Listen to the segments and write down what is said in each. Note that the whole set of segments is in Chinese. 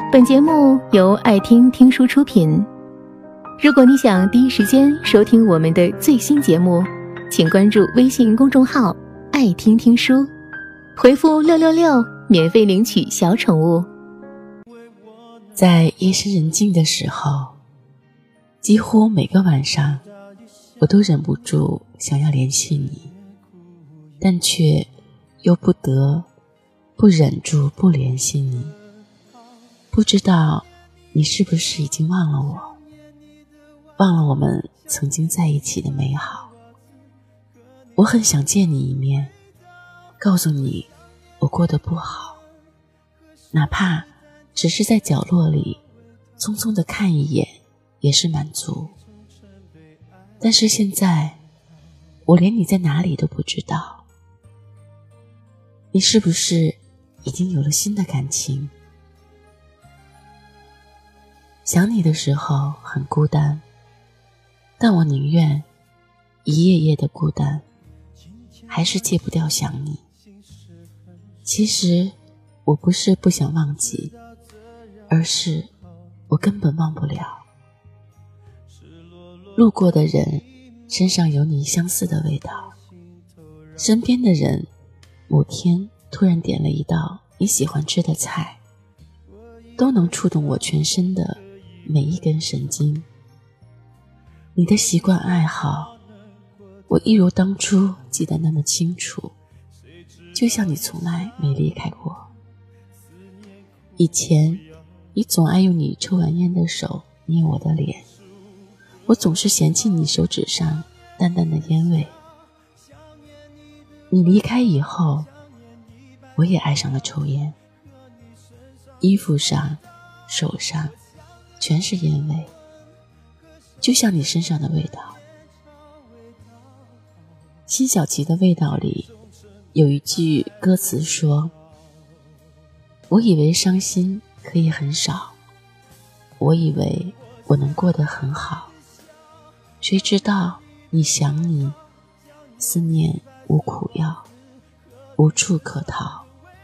本节目由爱听听书出品。如果你想第一时间收听我们的最新节目，请关注微信公众号爱听听书，回复666免费领取小宠物。 在夜深人静的时候，几乎每个晚上我都忍不住想要联系你，但却又不得不忍住不联系你。不知道你是不是已经忘了我，忘了我们曾经在一起的美好。我很想见你一面，告诉你我过得不好，哪怕只是在角落里匆匆地看一眼也是满足。但是现在我连你在哪里都不知道，你是不是已经有了新的感情？想你的时候很孤单，但我宁愿一夜夜的孤单，还是戒不掉想你。其实我不是不想忘记，而是我根本忘不了。路过的人身上有你相似的味道，身边的人某天突然点了一道你喜欢吃的菜，都能触动我全身的每一根神经。你的习惯爱好，我一如当初记得那么清楚，就像你从来没离开过。以前你总爱用你抽完烟的手捏我的脸，我总是嫌弃你手指上淡淡的烟味。你离开以后，我也爱上了抽烟，衣服上手上全是烟味，就像你身上的味道。辛晓琪的味道里有一句歌词说，我以为伤心可以很少，我以为我能过得很好，谁知道你想你，思念无苦药，无处可逃。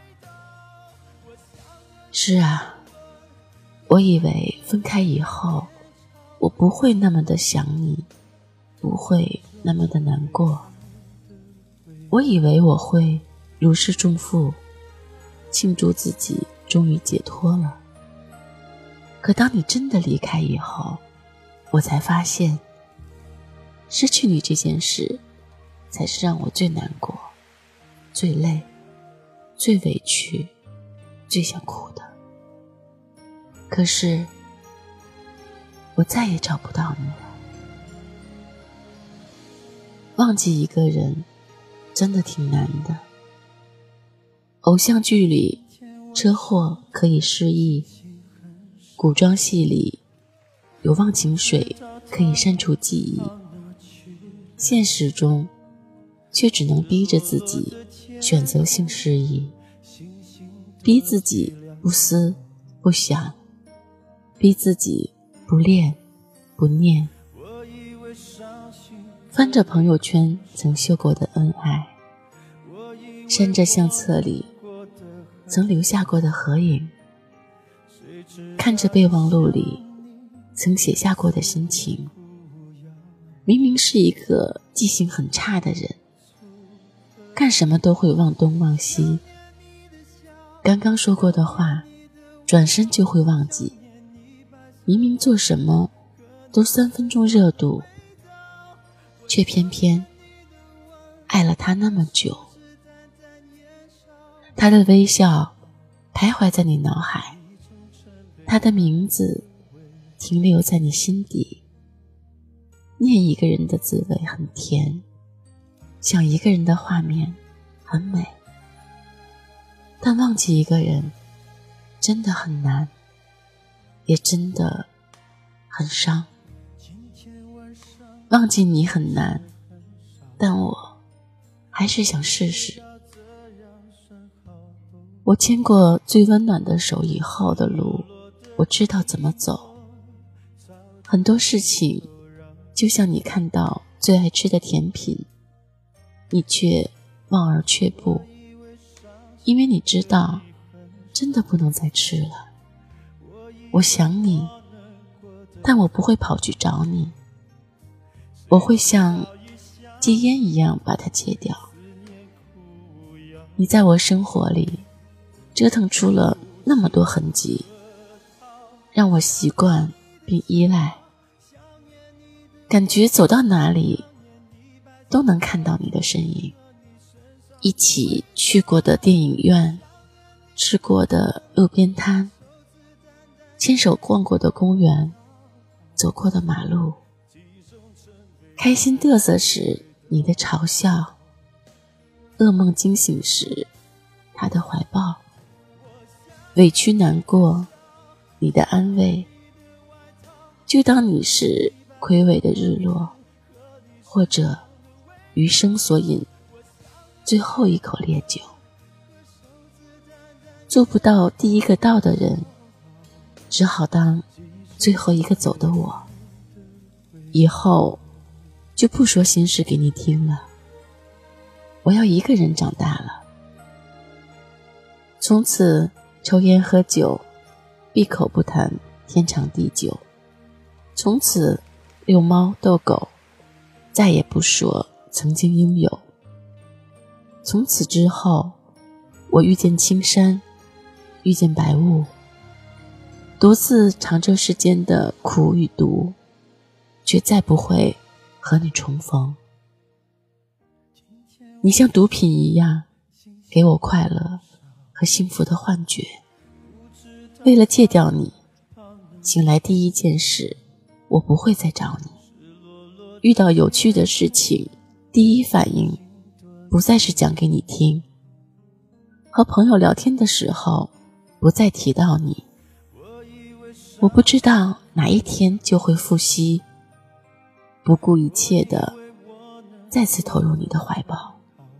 是啊，我以为分开以后我不会那么的想你，不会那么的难过，我以为我会如释重负，庆祝自己终于解脱了。可当你真的离开以后，我才发现失去你这件事才是让我最难过、最累、最委屈、最想哭的。可是我再也找不到你了。忘记一个人真的挺难的。偶像剧里车祸可以失忆，古装戏里有忘情水可以删除记忆，现实中却只能逼着自己选择性失忆，逼自己不思不想，逼自己不恋不念。翻着朋友圈曾秀过的恩爱，删着相册里曾留下过的合影，看着备忘录里曾写下过的心情。明明是一个记性很差的人，干什么都会忘东忘西，刚刚说过的话转身就会忘记，明明做什么都3分钟热度，却偏偏爱了他那么久。他的微笑徘徊在你脑海，他的名字停留在你心底。念一个人的滋味很甜，想一个人的画面很美，但忘记一个人真的很难，也真的很伤。忘记你很难，但我还是想试试。我牵过最温暖的手以后的路，我知道怎么走。很多事情就像你看到最爱吃的甜品，你却望而却步，因为你知道真的不能再吃了。 我想你，但我不会跑去找你，我会像戒烟一样把它戒掉。你在我生活里折腾出了那么多痕迹，让我习惯并依赖，感觉走到哪里都能看到你的身影。一起去过的电影院，吃过的路边摊，牵手逛过的公园，走过的马路，开心嘚瑟时你的嘲笑，噩梦惊醒时他的怀抱，委屈难过你的安慰，就当你是魁伟的日落，或者余生所饮最后一口烈酒。做不到第一个到的人，只好当最后一个走的我。以后就不说心事给你听了，我要一个人长大了。从此抽烟喝酒，闭口不谈天长地久。从此遛猫逗狗，再也不说曾经拥有。从此之后，我遇见青山，遇见白雾，独自尝这世间的苦与毒，却再不会和你重逢。你像毒品一样，给我快乐和幸福的幻觉。为了戒掉你，醒来第一件事，我不会再找你。遇到有趣的事情，第一反应不再是讲给你听，和朋友聊天的时候不再提到你。我不知道哪一天就会复习，不顾一切的再次投入你的怀抱。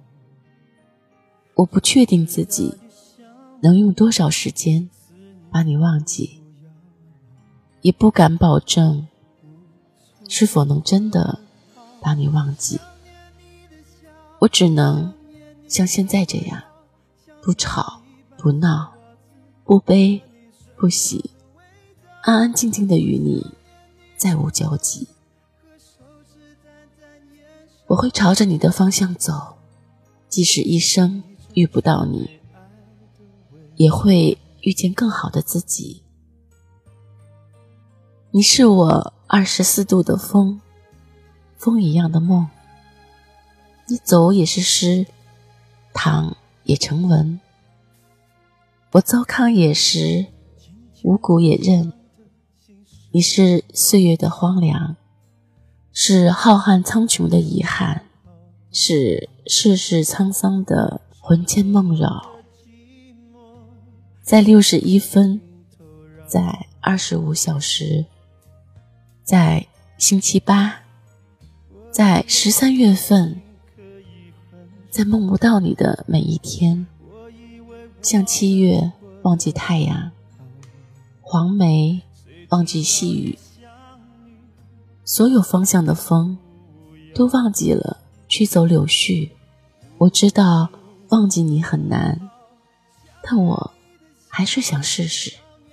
我不确定自己能用多少时间把你忘记，也不敢保证是否能真的把你忘记。我只能像现在这样，不吵不闹，不悲不喜，安安静静的与你再无交集。我会朝着你的方向走，即使一生遇不到你，也会遇见更好的自己。你是我24度的风，风一样的梦。你走也是诗，躺也成文。我糟糠也食，五谷也认。你是岁月的荒凉，是浩瀚苍穹的遗憾，是世事沧桑的魂牵梦绕。在61分，在25小时，在星期8，在13月份，在梦不到你的每一天，像7月忘记太阳，黄梅忘记细雨，所有方向的风都忘记了驱走柳絮。我知道忘记你很难，但我还是想试试。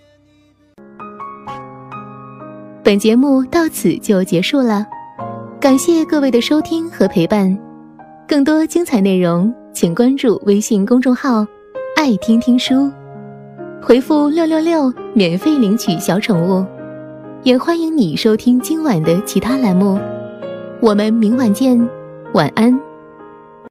本节目到此就结束了，感谢各位的收听和陪伴。更多精彩内容请关注微信公众号爱听听书，回复666免费领取小宠物。也欢迎你收听今晚的其他栏目，我们明晚见，晚安。